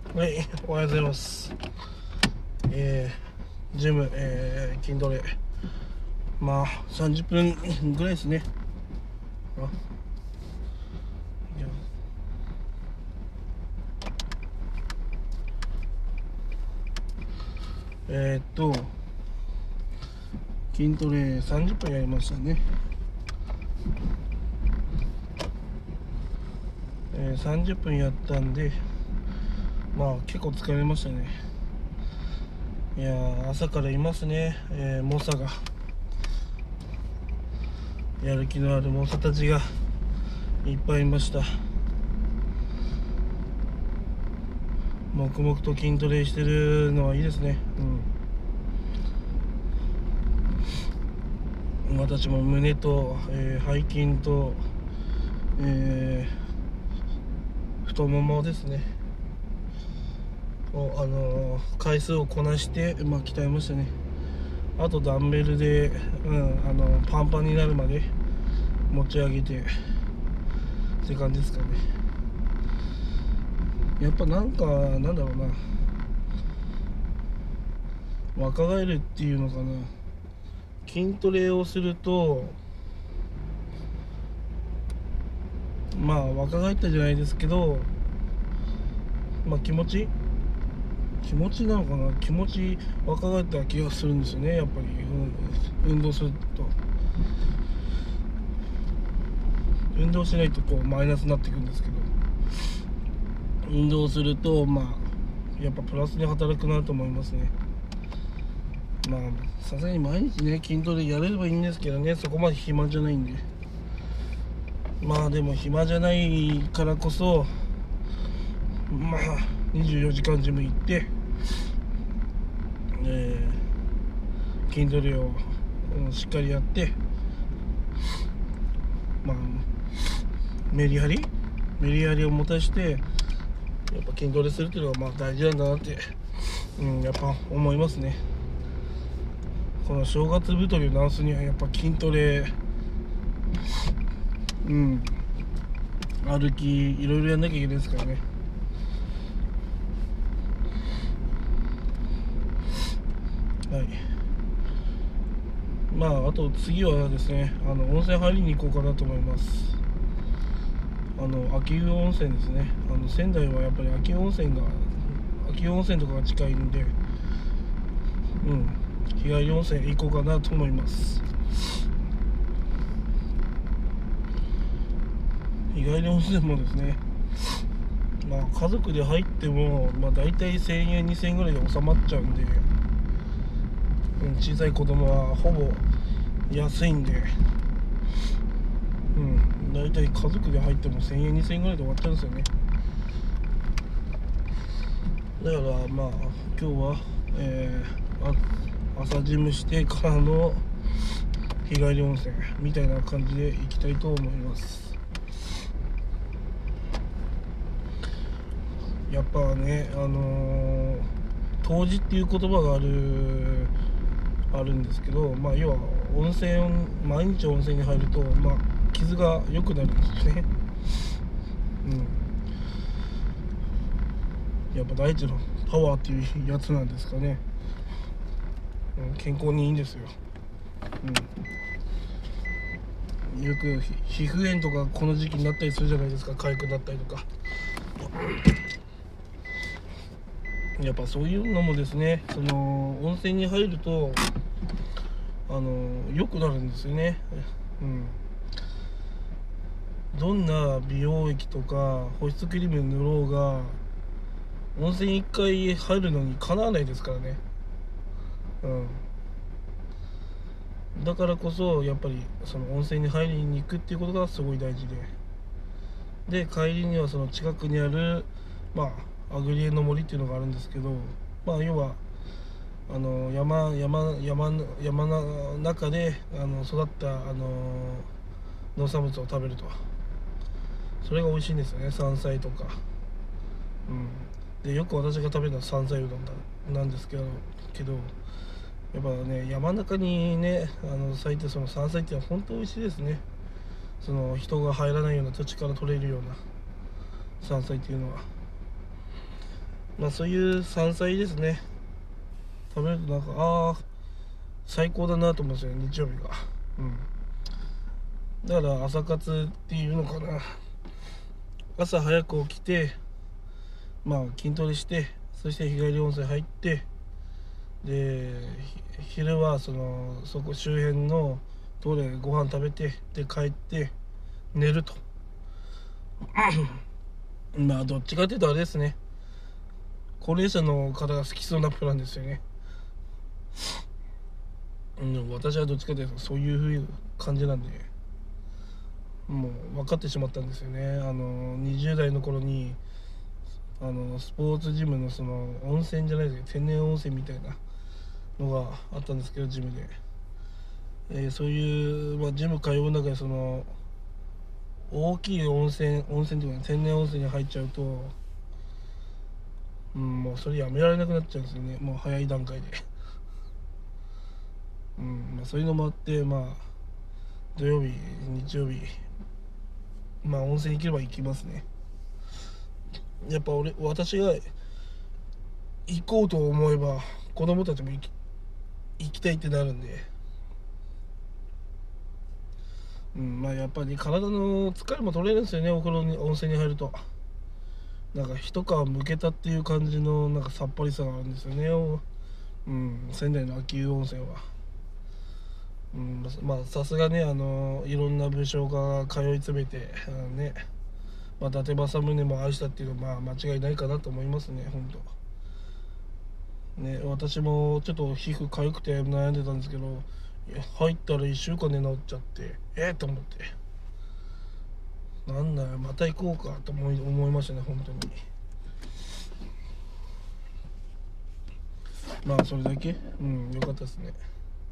はい、おはようございます。ジム、筋トレ、まあ30分ぐらいですね。あ、いや、えーっと筋トレ30分やりましたね。30分やったんで、まあ結構疲れましたね。いやー、朝からいますね、猛者が、やる気のある猛者たちがいっぱいいました。黙々と筋トレしてるのはいいですね。私も胸と、背筋と、太ももですねを、回数をこなして、鍛えましたね。あとダンベルで、パンパンになるまで持ち上げてって感じですかね。やっぱなんだろうな、若返るっていうのかな。筋トレをすると、若返ったじゃないですけど、気持ちなのかな、気持ち若返った気がするんですよね、やっぱり、運動すると。運動しないとこうマイナスになっていくんですけど、運動するとやっぱプラスに働くなと思いますね。さすがに毎日ね筋トレやれればいいんですけどね、そこまで暇じゃないんで。でも暇じゃないからこそ、24時間ジム行って、筋トレを、しっかりやって、メリハリを持たして、やっぱ筋トレするっていうのは大事なんだなって、やっぱ思いますね。この正月太りを直すにはやっぱ筋トレ、歩きいろいろやんなきゃいけないですからね。はい。あと次はですね、温泉入りに行こうかなと思います。秋保温泉ですね。仙台はやっぱり秋保温泉とかが近いんで、日帰り温泉行こうかなと思います。日帰り温泉もですね、家族で入っても、大体1000円2000円ぐらいで収まっちゃうんで、小さい子供はほぼ安いんで、大体家族で入っても1000円2000円ぐらいで終わっちゃうんですよね。だから今日は、朝ジムしてからの日帰り温泉みたいな感じで行きたいと思います。やっぱね、湯治っていう言葉があるんですけど、要は毎日温泉に入ると、傷が良くなるんですよね。やっぱ大地のパワーっていうやつなんですかね。健康にいいんですよ。よく皮膚炎とかこの時期になったりするじゃないですか、痒くなったりとか。やっぱそういうのもですね、その温泉に入ると良くなるんですよね。どんな美容液とか保湿クリーム塗ろうが、温泉1回入るのにかなわないですからね。だからこそやっぱりその温泉に入りに行くっていうことがすごい大事で、帰りにはその近くにあるアグリエの森っていうのがあるんですけど、要は山の中で育った農産物を食べると、それが美味しいんですよね、山菜とか。でよく私が食べるのは山菜うどんなんですけど、やっぱね、山中にね咲いて、その山菜っていうのは本当美味しいですね。その人が入らないような土地から取れるような山菜っていうのは、 まあそういう山菜ですね、食べるとなんか最高だなと思うんですよ、日曜日が。だから朝活っていうのかな。朝早く起きて、筋トレして、そして日帰り温泉入って、で昼はそこ周辺のところでご飯食べて、で帰って寝ると。どっちかっていうとあれですね、高齢者の方が好きそうなプランですよね。私はどっちかというとそういう感じなんで、もう分かってしまったんですよね。20代の頃にスポーツジムの温泉じゃないですけど天然温泉みたいなのがあったんですけど、ジムで、そういう、ジム通う中で大きい温泉というか、天然温泉に入っちゃうと、もうそれやめられなくなっちゃうんですよね、もう早い段階で。そういうのもあって、土曜日日曜日、温泉行ければ行きますね。やっぱ私が行こうと思えば子供たちも行きたいってなるんで、やっぱり体の疲れも取れるんですよね、お風呂に温泉に入ると。なんか一皮むけたっていう感じのなんかさっぱりさがあるんですよね。仙台の秋湯温泉は。さすがね、いろんな武将が通い詰めて、ね、伊達政宗も愛したっていうのは間違いないかなと思いますね、本当。ね、私もちょっと皮膚痒くて悩んでたんですけど、入ったら1週間で治っちゃって、と思って、なんだよ、また行こうかと思いましたね、本当に。それだけ良かったですね。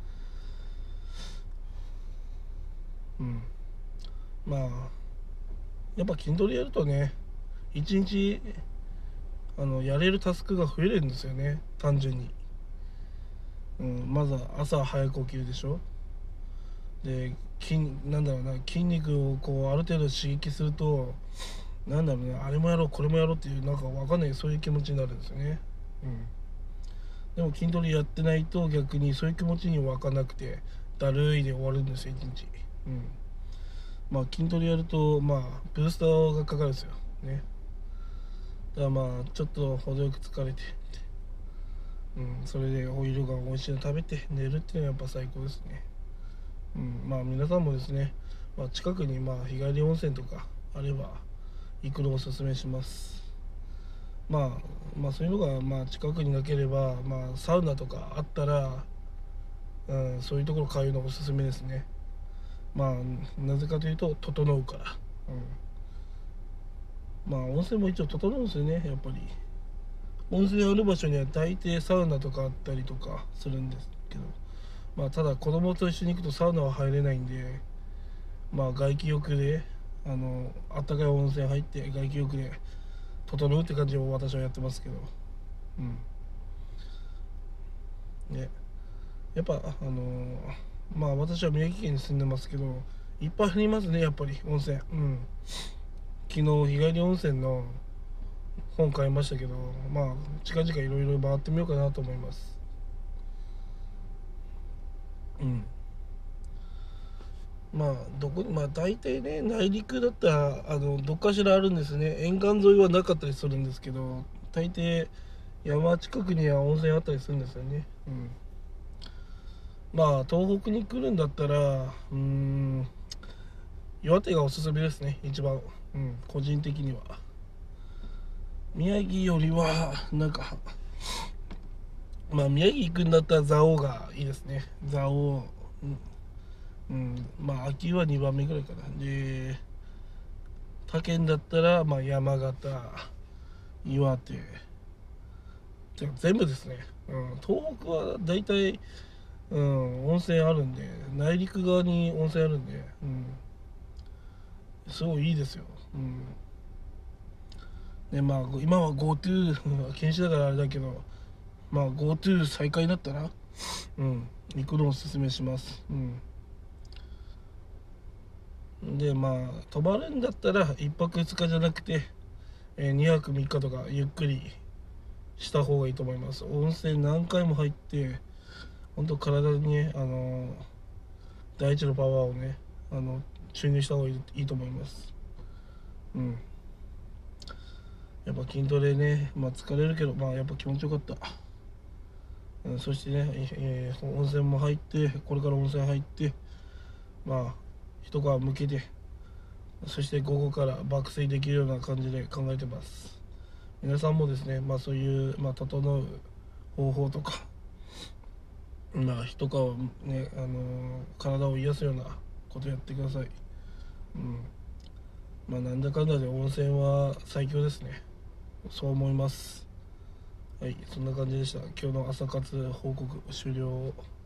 まあやっぱ筋トレやるとね、一日やれるタスクが増えるんですよね、単純に。まずは朝早く起きるでしょ。でなんだろうな、筋肉をこうある程度刺激すると、なんだろうね、あれもやろうこれもやろうっていう、なんかわかんない、そういう気持ちになるんですよね。でも筋トレやってないと逆にそういう気持ちに湧かなくて、だるいで終わるんですよ、一日。筋トレやるとブースターがかかるんですよね。だからちょっと程よく疲れて、それでお昼が美味しいの食べて寝るっていうのはやっぱ最高ですね。皆さんもですね、近くに日帰り温泉とかあれば行くのをおすすめします。そういうのが近くになければ、サウナとかあったら、そういうところ通うのおすすめですね。なぜかというと整うから。温泉も一応整うんですよね、やっぱり。温泉ある場所には大抵サウナとかあったりとかするんですけど、ただ子供と一緒に行くとサウナは入れないんで、外気浴であったかい温泉入って外気浴で整うって感じを私はやってますけど、ね、やっぱ私は宮城県に住んでますけど、いっぱいありますね、やっぱり温泉。昨日日帰り温泉の本買いましたけど、近々いろいろ回ってみようかなと思います。大体ね、内陸だったらどっかしらあるんですね。沿岸沿いはなかったりするんですけど、大抵山近くには温泉あったりするんですよね。東北に来るんだったら岩手がおすすめですね、一番。個人的には宮城よりはなんか、宮城行くんだったら蔵王がいいですね。蔵王、秋は2番目ぐらいかな。で他県だったら山形、岩手、全部ですね。東北は大体、温泉あるんで、内陸側に温泉あるんで、すごいいいですよ。で今は GoTo 禁止だからあれだけど、GoTo 再開になったら、行くのをおすすめします。で泊まるんだったら1泊2日じゃなくて、2泊3日とかゆっくりした方がいいと思います。温泉何回も入って本当体にね大地のパワーをね注入した方がいいと思います。うん。やっぱ筋トレね、疲れるけど、やっぱ気持ちよかった。そしてね、温泉も入って、これから温泉入って、一皮むけて、そして午後から爆睡できるような感じで考えてます。皆さんもですね、そういう、整う方法とか、一皮ね、体を癒すようなことやってください。なんだかんだで温泉は最強ですね。そう思います。はい、そんな感じでした。今日の朝活報告終了。